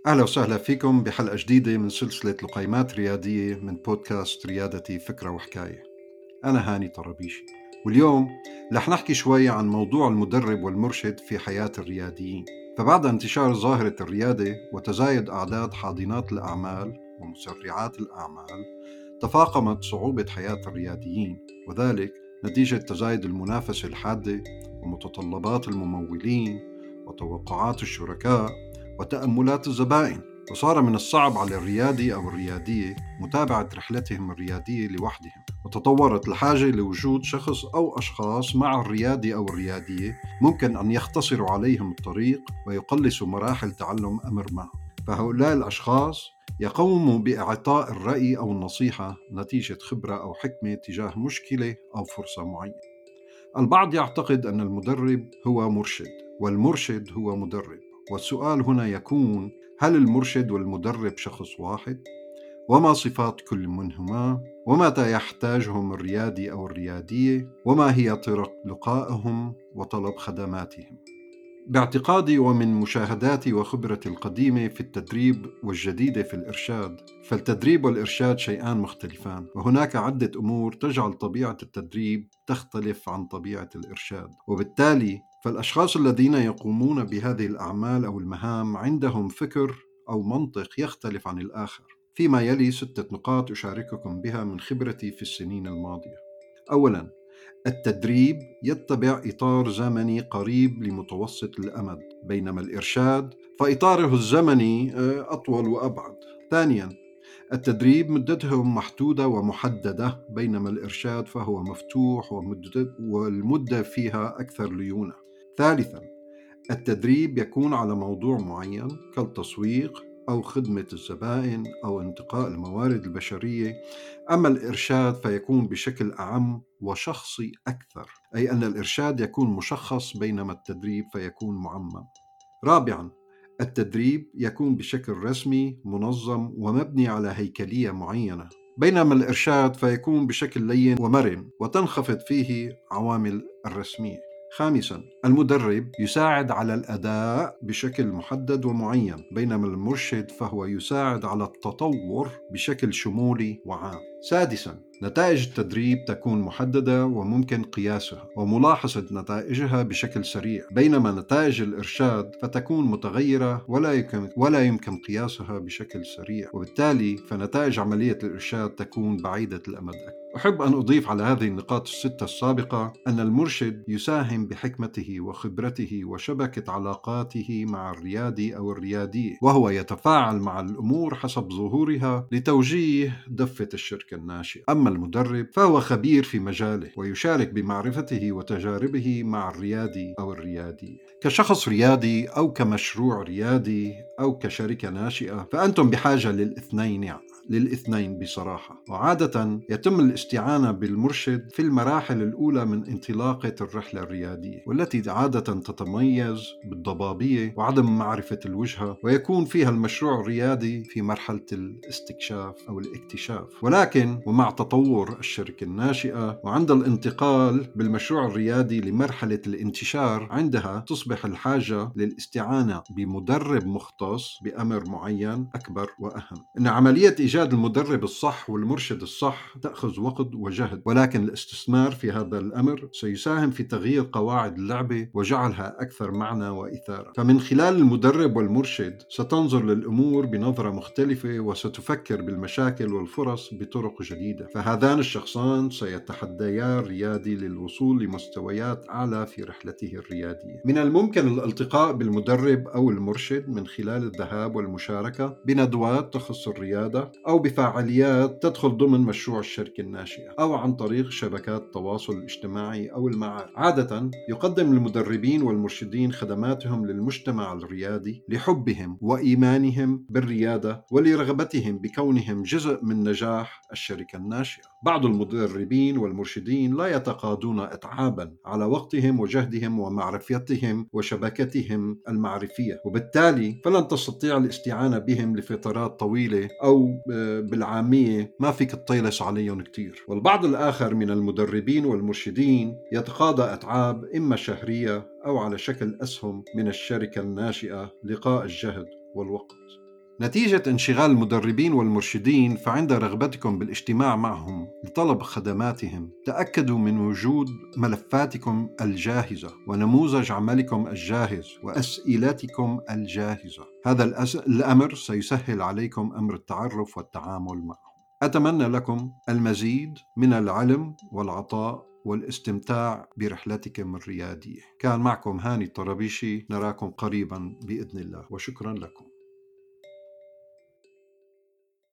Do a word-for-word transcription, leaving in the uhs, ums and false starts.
أهلا وسهلا فيكم بحلقة جديدة من سلسلة لقيمات ريادية من بودكاست ريادتي فكرة وحكاية. أنا هاني طرابيشي، واليوم رح نحكي شوي عن موضوع المدرب والمرشد في حياة الرياديين. فبعد انتشار ظاهرة الريادة وتزايد أعداد حاضنات الأعمال ومسرعات الأعمال، تفاقمت صعوبة حياة الرياديين، وذلك نتيجة تزايد المنافسة الحادة ومتطلبات الممولين وتوقعات الشركاء وتأملات الزبائن. وصار من الصعب على الريادي أو الريادية متابعة رحلتهم الريادية لوحدهم، وتطورت الحاجة لوجود شخص أو أشخاص مع الريادي أو الريادية ممكن أن يختصروا عليهم الطريق ويقلصوا مراحل تعلم أمر ما. فهؤلاء الأشخاص يقوموا بإعطاء الرأي أو النصيحة نتيجة خبرة أو حكمة تجاه مشكلة أو فرصة معينة. البعض يعتقد أن المدرب هو مرشد والمرشد هو مدرب، والسؤال هنا يكون: هل المرشد والمدرب شخص واحد؟ وما صفات كل منهما؟ ومتى يحتاجهم الريادي أو الريادية؟ وما هي طرق لقائهم وطلب خدماتهم؟ باعتقادي ومن مشاهداتي وخبرتي القديمة في التدريب والجديدة في الإرشاد، فالتدريب والإرشاد شيئان مختلفان، وهناك عدة أمور تجعل طبيعة التدريب تختلف عن طبيعة الإرشاد. وبالتالي فالأشخاص الذين يقومون بهذه الأعمال أو المهام عندهم فكر أو منطق يختلف عن الآخر. فيما يلي ستة نقاط أشارككم بها من خبرتي في السنين الماضية. أولاً، التدريب يتبع إطار زمني قريب لمتوسط الأمد، بينما الإرشاد فإطاره الزمني أطول وأبعد. ثانياً، التدريب مدته محدودة ومحددة، بينما الإرشاد فهو مفتوح والمدة فيها أكثر ليونة. ثالثاً، التدريب يكون على موضوع معين كالتسويق أو خدمة الزبائن أو انتقاء الموارد البشرية، أما الإرشاد فيكون بشكل أعم وشخصي أكثر، أي أن الإرشاد يكون مشخص بينما التدريب فيكون معمم. رابعاً، التدريب يكون بشكل رسمي منظم ومبني على هيكلية معينة، بينما الإرشاد فيكون بشكل لين ومرن وتنخفض فيه عوامل الرسمية. خامساً، المدرب يساعد على الأداء بشكل محدد ومعين، بينما المرشد فهو يساعد على التطور بشكل شمولي وعام. سادساً، نتائج التدريب تكون محددة وممكن قياسها وملاحظة نتائجها بشكل سريع، بينما نتائج الإرشاد فتكون متغيرة ولا يمكن, ولا يمكن قياسها بشكل سريع، وبالتالي فنتائج عملية الإرشاد تكون بعيدة الأمد. أحب أن أضيف على هذه النقاط الستة السابقة أن المرشد يساهم بحكمته وخبرته وشبكة علاقاته مع الريادي أو الريادية، وهو يتفاعل مع الأمور حسب ظهورها لتوجيه دفة الشركة الناشئة. أما المدرب فهو خبير في مجاله ويشارك بمعرفته وتجاربه مع الريادي أو الريادية. كشخص ريادي أو كمشروع ريادي أو كشركة ناشئة، فأنتم بحاجة للاثنين يعني. للاثنين بصراحة، وعادة يتم الاستعانة بالمرشد في المراحل الأولى من انطلاقة الرحلة الريادية، والتي عادة تتميز بالضبابية وعدم معرفة الوجهة، ويكون فيها المشروع الريادي في مرحلة الاستكشاف أو الاكتشاف. ولكن ومع تطور الشركة الناشئة وعند الانتقال بالمشروع الريادي لمرحلة الانتشار، عندها تصبح الحاجة للاستعانة بمدرب مختص بأمر معين أكبر وأهم. إن عملية إيجاد المدرب الصح والمرشد الصح تأخذ وقت وجهد، ولكن الاستثمار في هذا الأمر سيساهم في تغيير قواعد اللعبة وجعلها أكثر معنى وإثارة. فمن خلال المدرب والمرشد ستنظر للأمور بنظرة مختلفة وستفكر بالمشاكل والفرص بطرق جديدة، فهذان الشخصان سيتحديا الريادي للوصول لمستويات أعلى في رحلته الريادية. من الممكن الالتقاء بالمدرب أو المرشد من خلال الذهاب والمشاركة بندوات تخص الريادة أو بفعاليات تدخل ضمن مشروع الشركة الناشئة، أو عن طريق شبكات التواصل الاجتماعي أو المعارف. عادة يقدم المدربين والمرشدين خدماتهم للمجتمع الريادي لحبهم وإيمانهم بالريادة ولرغبتهم بكونهم جزء من نجاح الشركة الناشئة. بعض المدربين والمرشدين لا يتقاضون إتعابا على وقتهم وجهدهم ومعرفتهم وشبكتهم المعرفية، وبالتالي فلن تستطيع الاستعانة بهم لفترات طويلة، أو بالعامية ما فيك تطيلس عليهم كتير. والبعض الآخر من المدربين والمرشدين يتقاضى أتعاب إما شهرية أو على شكل أسهم من الشركة الناشئة لقاء الجهد والوقت. نتيجة انشغال المدربين والمرشدين فعند رغبتكم بالاجتماع معهم لطلب خدماتهم تأكدوا من وجود ملفاتكم الجاهزة ونموذج عملكم الجاهز وأسئلتكم الجاهزة. هذا الأس... الأمر سيسهل عليكم أمر التعرف والتعامل معهم. أتمنى لكم المزيد من العلم والعطاء والاستمتاع برحلتكم الريادية. كان معكم هاني الطرابيشي، نراكم قريبا بإذن الله، وشكرا لكم.